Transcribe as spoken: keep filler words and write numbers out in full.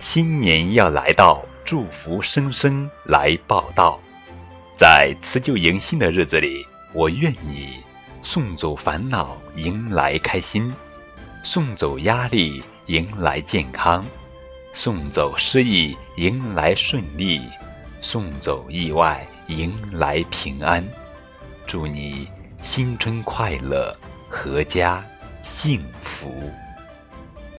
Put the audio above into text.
新年要来到，祝福声声来报道。在辞旧迎新的日子里，我愿你送走烦恼，迎来开心；送走压力，迎来健康；送走失意，迎来顺利；送走意外，迎来平安。祝你新春快乐，阖家幸福。